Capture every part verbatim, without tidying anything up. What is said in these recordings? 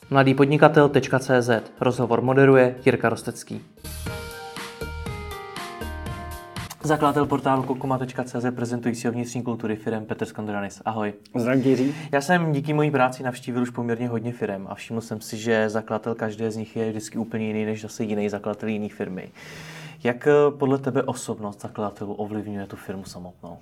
mladýpodnikatel tečka cé zet. Rozhovor moderuje Jirka Rostecký. Zakladatel portálu kokoma tečka cé zet, prezentující vnitřní kultury firem Petr Skondranis. Ahoj. Zdravím tě, Jiří. Já jsem díky mojí práci navštívil už poměrně hodně firem a všiml jsem si, že zakladatel každé z nich je vždycky úplně jiný než zase jiný zakladatel jiný firmy. Jak podle tebe osobnost zakladatelů ovlivňuje tu firmu samotnou?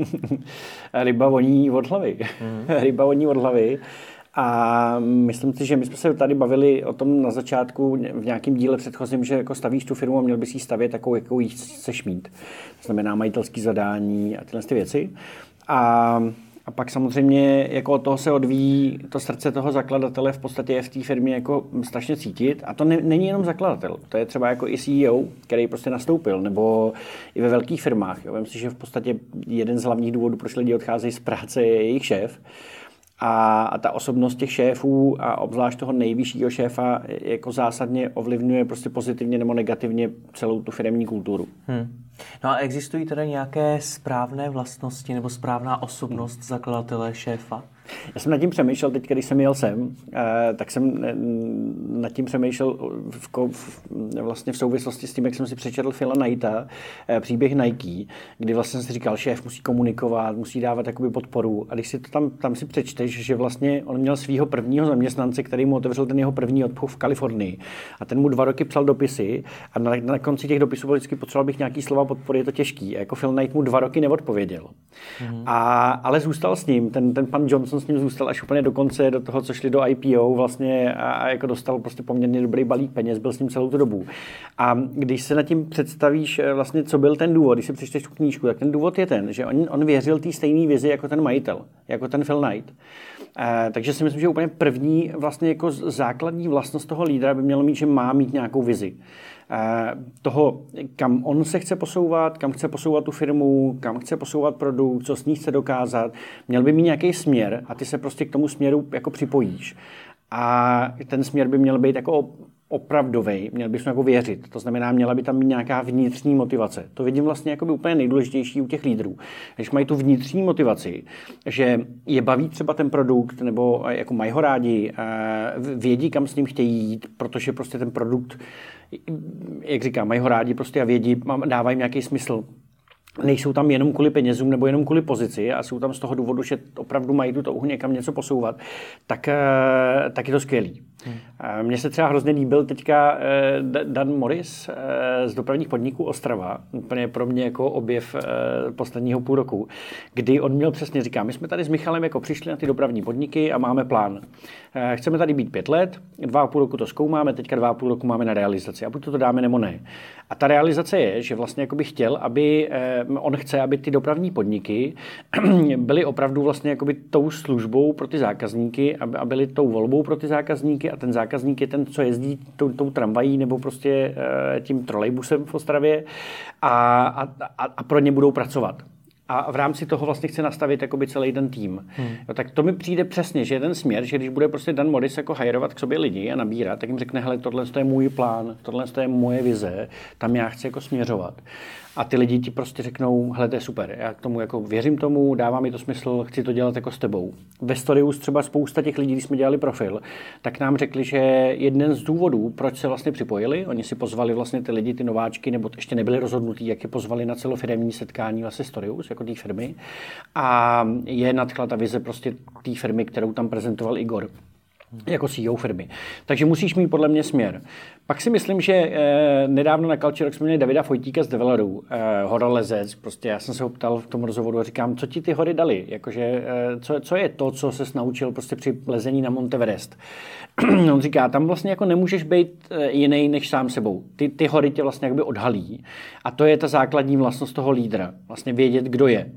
Ryba voní od hlavy. Mm. Ryba voní od hlavy. A myslím si, že my jsme se tady bavili o tom na začátku v nějakém díle předchozím, že jako stavíš tu firmu a měl bys jí stavět takovou, jakou jí chceš mít. To znamená majitelské zadání a tyhle ty věci. A, a pak samozřejmě jako od toho se odvíjí to srdce toho zakladatele, v podstatě je v té firmě jako strašně cítit. A to ne, není jenom zakladatel, to je třeba jako i C E O, který prostě nastoupil, nebo i ve velkých firmách. Jo. Vem si, že v podstatě jeden z hlavních důvodů, proč lidi odcházejí z práce, je jejich šéf. A, a ta osobnost těch šéfů a obzvlášť toho nejvyššího šéfa jako zásadně ovlivňuje prostě pozitivně nebo negativně celou tu firemní kulturu. Hmm. No a existují teda nějaké správné vlastnosti nebo správná osobnost hmm. zakladatele, šéfa? Já jsem nad tím přemýšlel teď, když jsem jel sem, tak jsem nad tím přemýšlel v, v, vlastně v souvislosti s tím, jak jsem si přečetl Phila Knighta, příběh Nike, kdy vlastně jsem si říkal, šéf musí komunikovat, musí dávat jakoby podporu. A když si to tam, tam si přečteš, že vlastně on měl svého prvního zaměstnance, který mu otevřel ten jeho první obchod v Kalifornii. A ten mu dva roky psal dopisy a na, na konci těch dopisů vždycky potřeboval bych nějaký slova podpory, je to těžký. A jako Phil Knight mu dva roky neodpověděl. Mm. A, ale zůstal s ním, ten, ten pan Johnson s ním zůstal až úplně do konce, do toho, co šli do I P O vlastně a, a jako dostal prostě poměrně dobrý balík peněz, byl s ním celou tu dobu. A když se nad tím představíš vlastně, co byl ten důvod, když si přečteš tu knížku, tak ten důvod je ten, že on, on věřil té stejné vizi jako ten majitel, jako ten Phil Knight. A, takže si myslím, že úplně první vlastně jako základní vlastnost toho lídra by mělo mít, že má mít nějakou vizi. Toho, kam on se chce posouvat, kam chce posouvat tu firmu, kam chce posouvat produkt, co s ní chce dokázat. Měl by mít nějaký směr a ty se prostě k tomu směru jako připojíš. A ten směr by měl být jako opravdovej, měl bys jako věřit. To znamená, měla by tam mít nějaká vnitřní motivace. To vidím vlastně jako by úplně nejdůležitější u těch lídrů. Když mají tu vnitřní motivaci, že je baví třeba ten produkt, nebo jako mají ho rádi, vědí, kam s ním chtějí jít, protože prostě ten produkt, jak říkám, mají ho rádi prostě a vědí, dávají nějaký smysl. Nejsou tam jenom kvůli penězům nebo jenom kvůli pozici a jsou tam z toho důvodu, že opravdu mají tu touhu někam něco posouvat, tak, tak je to skvělý. Hmm. Mně se třeba hrozně líbil teďka Dan Morris z Dopravních podniků Ostrava, úplně pro mě jako objev posledního půl roku, kdy on měl přesně říká, my jsme tady s Michalem jako přišli na ty dopravní podniky a máme plán. Chceme tady být pět let, dva a půl roku to zkoumáme, teďka dva a půl roku máme na realizaci a buď to dáme nebo ne. A ta realizace je, že vlastně jako by chtěl, aby on chce, aby ty dopravní podniky byly opravdu vlastně jakoby tou službou pro ty zákazníky a byly tou volbou pro ty zákazníky a ten zákazník je ten, co jezdí tou, tou tramvají nebo prostě tím trolejbusem v Ostravě a, a, a pro ně budou pracovat. A v rámci toho vlastně chce nastavit jakoby celý ten tým. Hmm. Jo, tak to mi přijde přesně, že je ten směr, že když bude prostě Dan Morris jako hajrovat k sobě lidi a nabírat, tak jim řekne, hele, tohle je můj plán, tohle je moje vize, tam já chci jako směřovat. A ty lidi ti prostě řeknou, hele, to je super, já k tomu jako věřím tomu, dává mi to smysl, chci to dělat jako s tebou. Ve Storyus třeba spousta těch lidí, když jsme dělali profil, tak nám řekli, že jeden z důvodů, proč se vlastně připojili, oni si pozvali vlastně ty lidi, ty nováčky, nebo ještě nebyli rozhodnutí, jak je pozvali na celofiremní setkání vlastně Storyus, jako té firmy. A je nadchla ta vize prostě té firmy, kterou tam prezentoval Igor. Jako C E O firmy. Takže musíš mít podle mě směr. Pak si myslím, že eh, nedávno na Culture jsme měli Davida Fojtíka z Developerů, eh, horolezec, prostě já jsem se ho ptal v tom rozhovoru a říkám, co ti ty hory dali, jakože, eh, co, co je to, co ses naučil prostě při lezení na Monteverest. On říká, tam vlastně jako nemůžeš být eh, jiný než sám sebou. Ty, ty hory tě vlastně jakoby odhalí a to je ta základní vlastnost toho lídra, vlastně vědět, kdo je.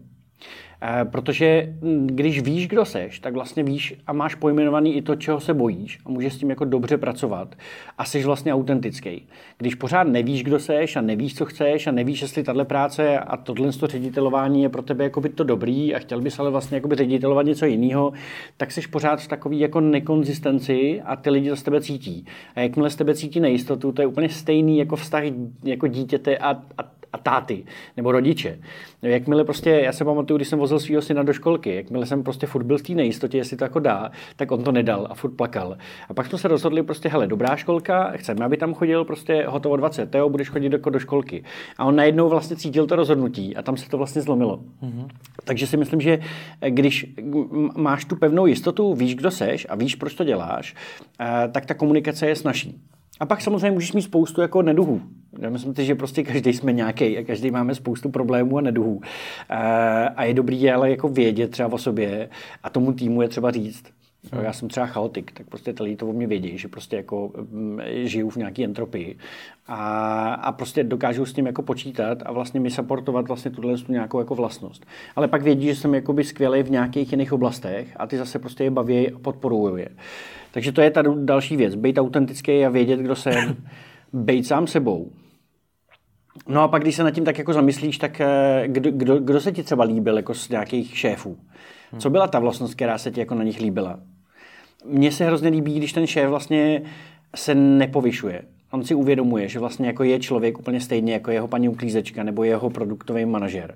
Protože když víš, kdo seš, tak vlastně víš a máš pojmenovaný i to, čeho se bojíš a můžeš s tím jako dobře pracovat a jsi vlastně autentický. Když pořád nevíš, kdo seš a nevíš, co chceš a nevíš, jestli tahle práce a tohle ředitelování je pro tebe jako by to dobrý a chtěl bys ale vlastně jako by ředitelovat něco jiného, tak jsi pořád v takový jako nekonzistenci a ty lidi to z tebe cítí. A jakmile z tebe cítí nejistotu, to je úplně stejný jako vztah jako dítěte a, a a táty, nebo rodiče. Jakmile prostě, já se pamatuju, když jsem vozil svýho syna do školky, jakmile jsem prostě furt byl v té nejistotě, jestli to jako dá, tak on to nedal a furt plakal. A pak jsme se rozhodli prostě, hele, dobrá školka, chceme, aby tam chodil prostě hotovo dvacet, Teo, budeš chodit jako do školky. A on najednou vlastně cítil to rozhodnutí a tam se to vlastně zlomilo. Mm-hmm. Takže si myslím, že když máš tu pevnou jistotu, víš, kdo seš a víš, proč to děláš, tak ta komunikace je snazší. A pak samozřejmě můžeš mít spoustu jako neduhů. Já myslím, že prostě každý jsme nějaký a každý máme spoustu problémů a neduhů. A je dobrý ale jako vědět třeba o sobě a tomu týmu je třeba říct. Já jsem třeba chaotik, tak prostě ty lidi to o mě vědí, že prostě jako žiju v nějaký entropii a, a prostě dokážu s tím jako počítat a vlastně mi supportovat vlastně tuhle nějakou jako vlastnost. Ale pak vědí, že jsem jakoby skvělý v nějakých jiných oblastech a ty zase prostě je baví a podporují je. Takže to je ta další věc. Být autentický a vědět, kdo jsem, být sám sebou. No a pak, když se nad tím tak jako zamyslíš, tak kdo, kdo, kdo se ti třeba líbil jako z nějakých šéfů? Co byla ta vlastnost, která se ti jako na nich líbila? Mně se hrozně líbí, když ten šéf vlastně se nepovyšuje. On si uvědomuje, že vlastně jako je člověk úplně stejně jako jeho paní uklízečka nebo jeho produktový manažer.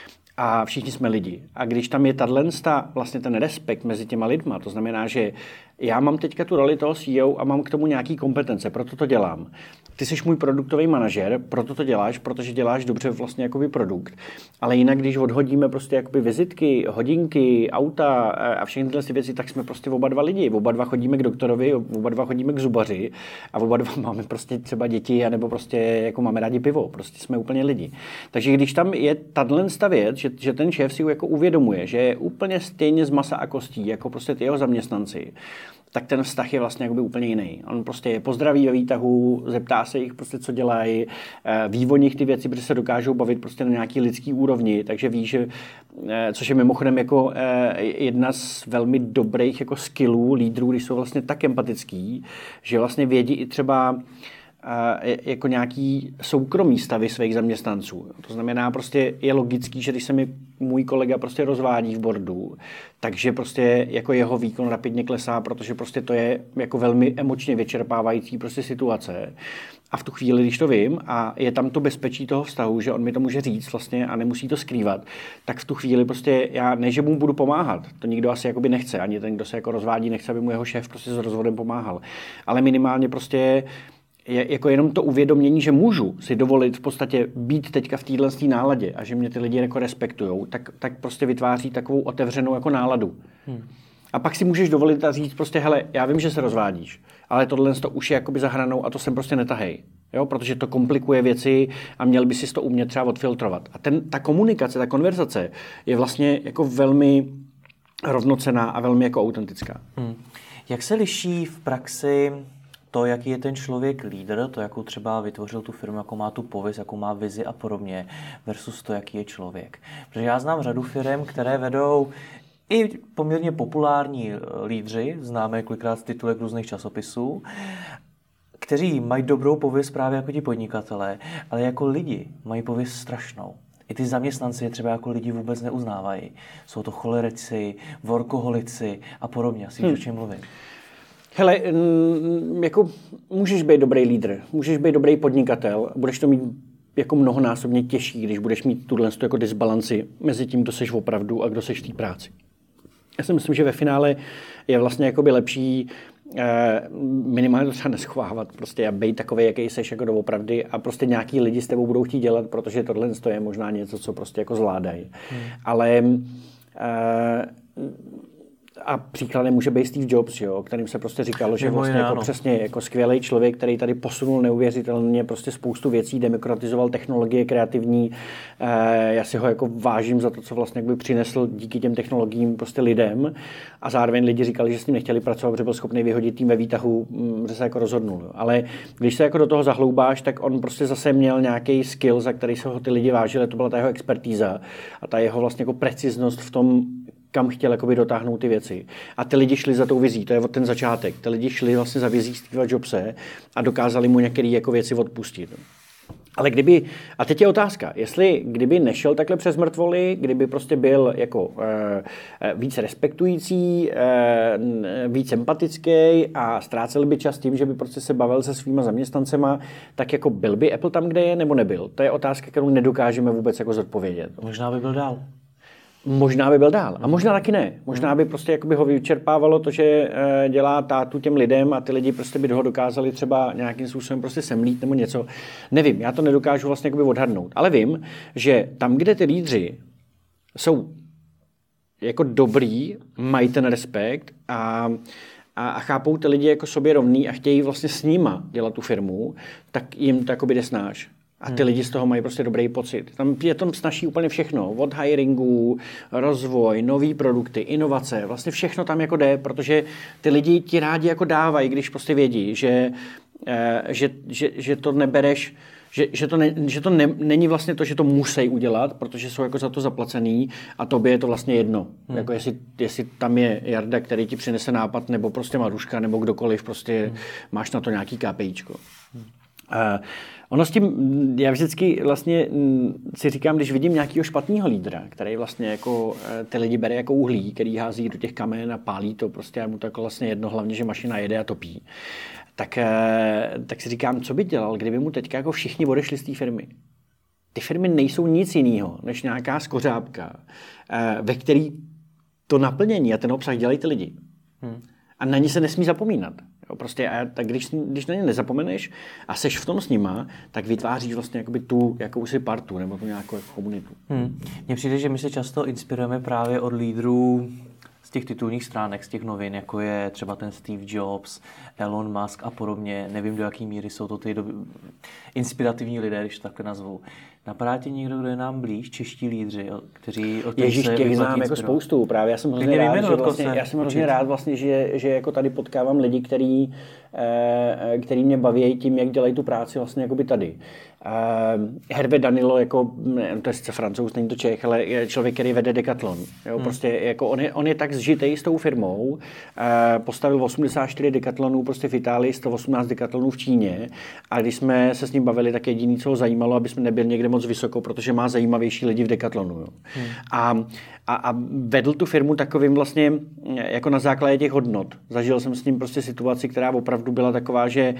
A všichni jsme lidi. A když tam je tato, vlastně ten respekt mezi těma lidma, to znamená, že já mám teďka tu roli toho C E O a mám k tomu nějaký kompetence, proto to dělám. Ty jsi můj produktový manažer, proto to děláš, protože děláš dobře vlastně jakoby produkt. Ale jinak, když odhodíme prostě jakoby vizitky, hodinky, auta a všechny tyhle věci, tak jsme prostě oba dva lidi. Oba dva chodíme k doktorovi, oba dva chodíme k zubaři a oba dva máme prostě třeba děti, anebo prostě jako máme rádi pivo. Prostě jsme úplně lidi. Takže když tam je tato věc, že, že ten šéf si jako uvědomuje, že je úplně stejně z masa a kostí, jako prostě ty jeho zaměstnanci, tak ten vztah je vlastně jakoby úplně jiný. On prostě je pozdraví ve výtahu, zeptá se jich prostě, co dělají, ví o nich ty věci, protože se dokážou bavit prostě na nějaký lidský úrovni, takže ví, že, což je mimochodem jako jedna z velmi dobrých jako skillů lídrů, když jsou vlastně tak empatický, že vlastně vědí i třeba jako nějaký soukromý stavy svých zaměstnanců. To znamená, prostě je logický, že když se mi můj kolega prostě rozvádí v bordu, takže prostě jako jeho výkon rapidně klesá, protože prostě to je jako velmi emočně vyčerpávající prostě situace. A v tu chvíli, když to vím a je tam to bezpečí toho vztahu, že on mi to může říct vlastně a nemusí to skrývat, tak v tu chvíli prostě já ne, že mu budu pomáhat. To nikdo asi jakoby nechce, ani ten, kdo se jako rozvádí, nechce, aby mu jeho šéf prostě s rozvodem pomáhal. Ale minimálně prostě je jako jenom to uvědomění, že můžu si dovolit v podstatě být teďka v téhle náladě a že mě ty lidi jako respektujou, tak, tak prostě vytváří takovou otevřenou jako náladu. Hmm. A pak si můžeš dovolit a říct prostě, hele, já vím, že se rozvádíš, ale tohle to už je jakoby za hranou a to sem prostě netahej. Jo? Protože to komplikuje věci a měl by si to umět třeba odfiltrovat. A ten, ta komunikace, ta konverzace je vlastně jako velmi rovnocenná a velmi jako autentická. Hmm. Jak se liší v praxi to, jaký je ten člověk lídr, to, jakou třeba vytvořil tu firmu, jakou má tu pověst, jakou má vizi a podobně, versus to, jaký je člověk. Protože já znám řadu firm, které vedou i poměrně populární lídři, známe kolikrát z titulek různých časopisů, kteří mají dobrou pověst právě jako ti podnikatelé, ale jako lidi mají pověst strašnou. I ty zaměstnanci je třeba jako lidi vůbec neuznávají. Jsou to cholerici, workoholici a podobně. Asi víš, hmm. o čem mluvím. Hele, jako můžeš být dobrý lídr, můžeš být dobrý podnikatel, budeš to mít jako mnohonásobně těžší, když budeš mít tuhle jako disbalanci mezi tím, kdo seš opravdu a kdo seš v té práci. Já si myslím, že ve finále je vlastně jakoby lepší eh, minimálně to třeba neschovávat, prostě a být takový, jaký seš jako doopravdy a prostě nějaký lidi s tebou budou chtít dělat, protože tohle je možná něco, co prostě jako zvládají. Hmm. Ale eh, a příkladem může být Steve Jobs, jo, kterým se prostě říkalo, že vlastně jako přesně jako skvělý člověk, který tady posunul neuvěřitelně prostě spoustu věcí, demokratizoval technologie kreativní. E, já si ho jako vážím za to, co vlastně by přinesl díky těm technologiím prostě lidem. A zároveň lidi říkali, že s ním nechtěli pracovat, protože byl schopný vyhodit tým ve výtahu, že se jako rozhodnul. Jo. Ale když se jako do toho zahloubáš, tak on prostě zase měl nějaký skill, za který se ho ty lidi vážili, to byla ta jeho expertíza a ta jeho vlastně jako preciznost v tom, kam chtěl jakoby dotáhnout ty věci. A ty lidi šli za tou vizí, to je od ten začátek. Ty lidi šli vlastně za vizí Steve Jobse a dokázali mu některé jako věci odpustit. Ale kdyby, a teď je otázka, jestli kdyby nešel takhle přes mrtvoly, kdyby prostě byl jako e, víc respektující, e, víc empatický a ztrácel by čas tím, že by prostě se bavil se svýma zaměstnancema, tak jako byl by Apple tam, kde je, nebo nebyl? To je otázka, kterou nedokážeme vůbec jako zodpovědět. Možná by byl dál. Možná by byl dál. A možná taky ne. Možná by prostě jakoby ho vyčerpávalo to, že dělá tátu těm lidem a ty lidi prostě by ho dokázali třeba nějakým způsobem prostě semlít nebo něco. Nevím, já to nedokážu vlastně jakoby odhadnout. Ale vím, že tam, kde ty lídři jsou jako dobrý, mají ten respekt a, a, a chápou ty lidi jako sobě rovný a chtějí vlastně s nima dělat tu firmu, tak jim to jakoby jde snáš. A ty lidi z toho mají prostě dobrý pocit. Tam je tam snaží úplně všechno. Od hiringu, rozvoj, nový produkty, inovace. Vlastně všechno tam jako jde, protože ty lidi ti rádi jako dávají, když prostě vědí, že, že, že, že to nebereš, že, že to, ne, že to ne, není vlastně to, že to musí udělat, protože jsou jako za to zaplacený a tobě je to vlastně jedno. Hmm. Jako jestli, jestli tam je Jarda, který ti přinese nápad, nebo prostě Maruška, nebo kdokoliv, prostě hmm. máš na to nějaký KPIčko. Hmm. Uh, ono s tím, já vždycky vlastně si říkám, když vidím nějakého špatného lídra, který vlastně jako ty lidi bere jako uhlí, který hází do těch kamen a pálí to prostě a mu to jako vlastně jedno, hlavně, že mašina jede a topí, tak, tak si říkám, co by dělal, kdyby mu teďka jako všichni odešli z té firmy. Ty firmy nejsou nic jiného, než nějaká skořápka, ve který to naplnění a ten obsah dělají ty lidi. Hmm. A na ně se nesmí zapomínat. Jo, prostě, a tak když, když na ně nezapomeneš a seš v tom s nima, tak vytváříš vlastně jakoby tu jakousi partu nebo tu nějakou jako komunitu. Hmm. Mně přijde, že my se často inspirujeme právě od lídrů z těch titulních stránek, z těch novin, jako je třeba ten Steve Jobs, Elon Musk a podobně. Nevím, do jaký míry jsou to ty doby... inspirativní lidé, když to takhle nazvu. Napadá tě někdo, kdo je nám blíž, čeští lídři, kteří od Ježíš, těch znám jako spoustu. Právě já jsem hrozně rád, že vlastně, já jsem hrozně rád vlastně, že, že jako tady potkávám lidi, který, eh, který mě baví tím, jak dělají tu práci vlastně jakoby tady. Eh, Hervé Danilo, jako, to je sice Francouz, není to Čech, ale je člověk, který vede Decathlon. Jo, hmm. Prostě jako on, je, on je tak zžitej s tou firmou, eh, postavil osmdesát čtyři Decathlonů prostě v Itálii, sto osmnáct Decathlonů v Číně a když jsme se s ním bavili, tak jediný, co ho zajímalo, aby jsme nebyli někde moc vysoko, protože má zajímavější lidi v Decathlonu. Jo. Hmm. A, a, a vedl tu firmu takovým vlastně jako na základě těch hodnot. Zažil jsem s ním prostě situaci, která opravdu byla taková, že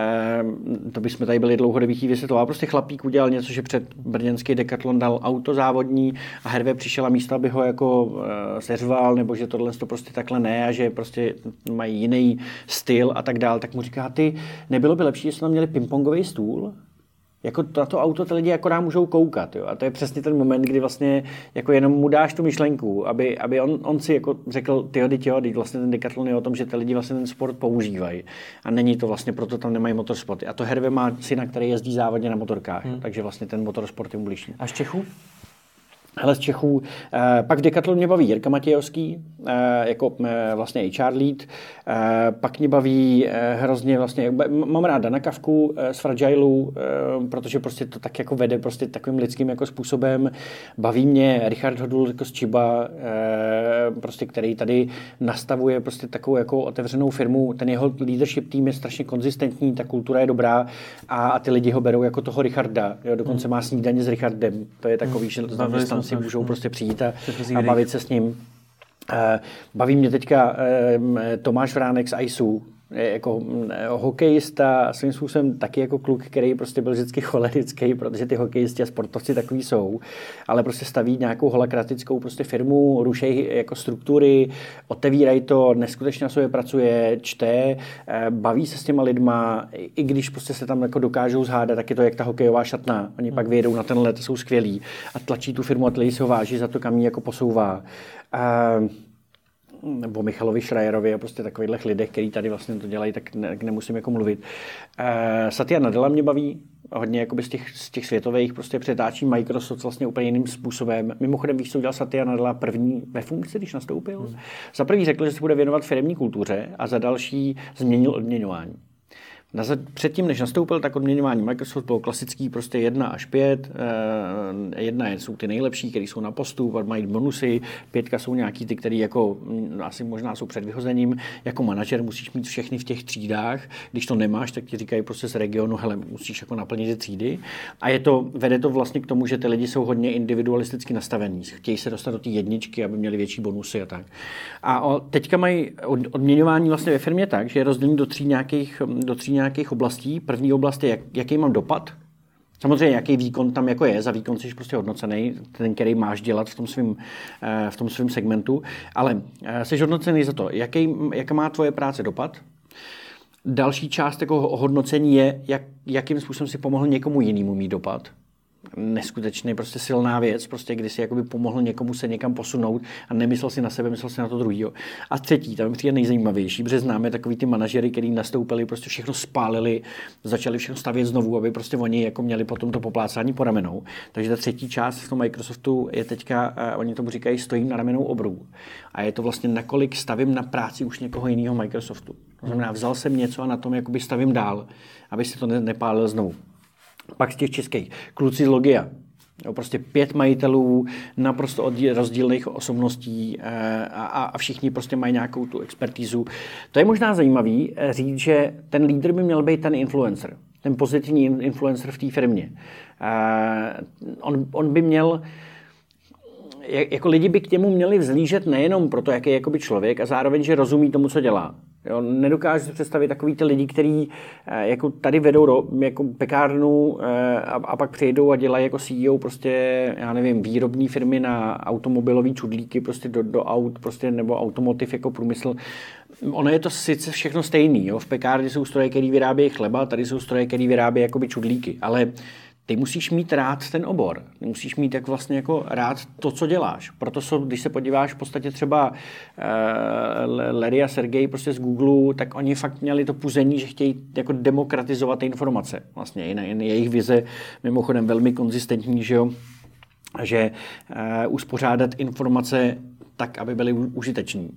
eh, to bychom tady byli dlouhodobější vysvětloval. Prostě chlapík udělal něco, že před brněnský Decathlon dal auto závodní a Hervé přišel a místo, aby ho jako eh, seřval, nebo že tohle to prostě takhle ne a že prostě mají jiný styl a tak dál, tak mu říká, ty, nebylo by lepší, jestli tam měli pingpongový stůl? Jako na to auto ty lidi akorát můžou koukat, jo? A to je přesně ten moment, kdy vlastně jako jenom mu dáš tu myšlenku, aby, aby on, on si jako řekl, tyjo, tyjo, teď vlastně ten Decathlon je o tom, že ty lidi vlastně ten sport používají a není to vlastně, proto tam nemají motorsporty. A to Hervé má syna, který jezdí závodně na motorkách, hmm. takže vlastně ten motorsport je mu blížší. A z Čechů? Hele, z Čechů. E, pak v Decathlonu mě baví Jirka Matějovský, e, jako e, vlastně H R lead. E, pak mě baví e, hrozně vlastně, mám rád Dana Kavku e, z Fragilu, e, protože prostě to tak jako vede prostě takovým lidským jako způsobem. Baví mě Richard Hodul jako z Chiba, e, prostě, který tady nastavuje prostě takovou jako otevřenou firmu. Ten jeho leadership tým je strašně konzistentní, ta kultura je dobrá a, a ty lidi ho berou jako toho Richarda. Jo, dokonce hmm. má snídaně s Richardem. To je takový, že si můžou prostě přijít a, a bavit se s ním. Baví mě teďka Tomáš Vránek z I S U, jako hokejista, svým způsobem taky jako kluk, který prostě byl vždycky cholerický, protože ty hokejisti a sportovci takový jsou, ale prostě staví nějakou holakratickou prostě firmu, rušejí jako struktury, otevírají to, neskutečně na sobě pracuje, čte, baví se s těma lidma, i když prostě se tam jako dokážou zhádat, tak je to jak ta hokejová šatna. Oni hmm. pak vyjedou na ten let, jsou skvělí a tlačí tu firmu a ty lidi se ho váží za to, kam ji jako posouvá. Uh, nebo Michalovi Schreierovi a prostě takovýchhle lidech, kteří tady vlastně to dělají, tak ne, nemusím jako mluvit. Uh, Satya Nadella mě baví hodně jakoby z těch, z těch světových, prostě přetáčí Microsoft vlastně úplně jiným způsobem. Mimochodem, víš, co udělal Satya Nadella první ve funkci, když nastoupil? Hmm. Za první řekl, že se bude věnovat firemní kultuře a za další změnil odměňování. Předtím, než nastoupil, tak odměňování Microsoft bylo klasický, prostě jedna až pět. Jedna jsou ty nejlepší, které jsou na postup a mají bonusy. Pětka jsou nějaký ty, které jako asi možná jsou před vyhozením. Jako manažer musíš mít všechny v těch třídách. Když to nemáš, tak ti říkají prostě z regionu, hele, musíš jako naplnit ty třídy. A je to, vede to vlastně k tomu, že ty lidi jsou hodně individualisticky nastavení. Chtějí se dostat do té jedničky, aby měli větší bonusy a tak. A teďka mají odměňování vlastně ve firmě tak, že je rozdělení do tří nějakých, do tří nějakých oblastí. První oblast je, jak, jaký mám dopad. Samozřejmě, jaký výkon tam jako je. Za výkon jsi prostě hodnocený, ten, který máš dělat v tom svým, v tom svým segmentu. Ale jsi hodnocený za to, jaký, jaká má tvoje práce dopad. Další část jako hodnocení je, jak, jakým způsobem si pomohl někomu jinému mít dopad. Neskutečně prostě silná věc, prostě když si jakoby pomohl někomu se někam posunout a nemyslel si na sebe, myslel si na to druhýho. A třetí, tam je nejzajímavější, protože známe takový ty manažery, kteří nastoupili, prostě všechno spálili, začali všechno stavět znovu, aby prostě oni jako měli potom to poplácání po ramenou. Takže ta třetí část v tom Microsoftu je teďka, uh, oni tomu říkají, stojím na ramenou obrů. A je to vlastně nakolik stavím na práci už někoho jiného Microsoftu. To znamená, vzal jsem něco a na tom jakoby stavím dál, aby se to ne- nepálil znovu. Pak z těch českých. Kluci z Logia. Jo, prostě pět majitelů naprosto od rozdílných osobností a, a všichni prostě mají nějakou tu expertízu. To je možná zajímavý říct, že ten lídr by měl být ten influencer. Ten pozitivní influencer v té firmě. On, on by měl jako lidi by k němu měli vzlížet nejenom proto, jaký je jakoby člověk a zároveň, že rozumí tomu, co dělá. Jo, nedokážu si představit takový ty lidi, kteří jako tady vedou do, jako pekárnu a, a pak přijedou a dělají jako C E O prostě, já nevím, výrobní firmy na automobilové čudlíky prostě do, do aut prostě, nebo automotiv jako průmysl. Ono je to sice všechno stejný. Jo? V pekárně jsou stroje, které vyrábějí chleba, tady jsou stroje, které vyrábějí jakoby čudlíky, ale ty musíš mít rád ten obor. Ty musíš mít tak vlastně jako rád to, co děláš. Proto jsou, když se podíváš v podstatě třeba uh, Larry a Sergej prostě z Google, tak oni fakt měli to puzení, že chtějí jako demokratizovat ty informace. Vlastně jen jejich vize mimochodem velmi konzistentní, že jo, že uh, uspořádat informace tak, aby byly užiteční.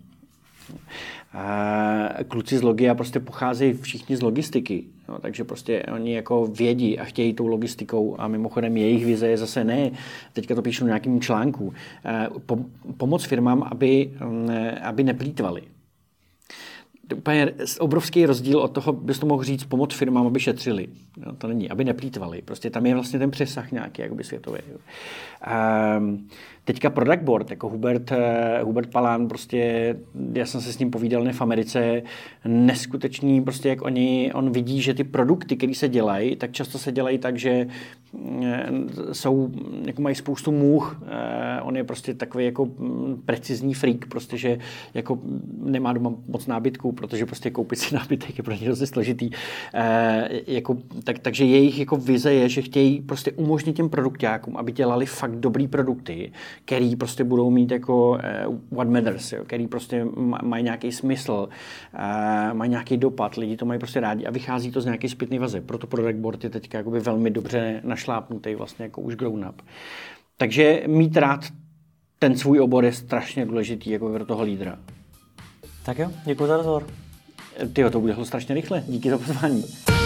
Kluci z Logia prostě pocházejí všichni z logistiky, no, takže prostě oni jako vědí a chtějí tou logistikou a mimochodem jejich vize je zase ne, teďka to píšu v nějakým článku, pomoc firmám, aby, aby neplýtvali. To je úplně obrovský rozdíl od toho, bys to mohl říct, pomoc firmám, aby šetřili. No, to není, aby neplýtvali. Prostě tam je vlastně ten přesah nějaký, jakoby světový. Um, teďka product board, jako Hubert, uh, Hubert Palán, prostě, já jsem se s ním povídal ne v Americe, neskutečný, prostě jak oni, on vidí, že ty produkty, které se dělají, tak často se dělají tak, že uh, jsou, jako mají spoustu můh, uh, on je prostě takový jako precizní freak, prostě, že jako nemá doma moc nábytků, protože prostě koupit si nábytek je pro ně dost složitý. Uh, jako, tak, takže jejich jako vize je, že chtějí prostě umožnit těm produktákům, aby dělali fakt dobrý produkty, který prostě budou mít jako uh, what matters, jo, který prostě mají nějaký smysl, uh, mají nějaký dopad, lidi to mají prostě rádi a vychází to z nějaké zpětné vazy. Proto product board je teďka jakoby velmi dobře našlápnutý, vlastně jako už grown up. Takže mít rád ten svůj obor je strašně důležitý jako pro toho lídra. Tak jo, děkuji za rozhovor. Tyjo, to udělalo strašně rychle. Díky za pozvání.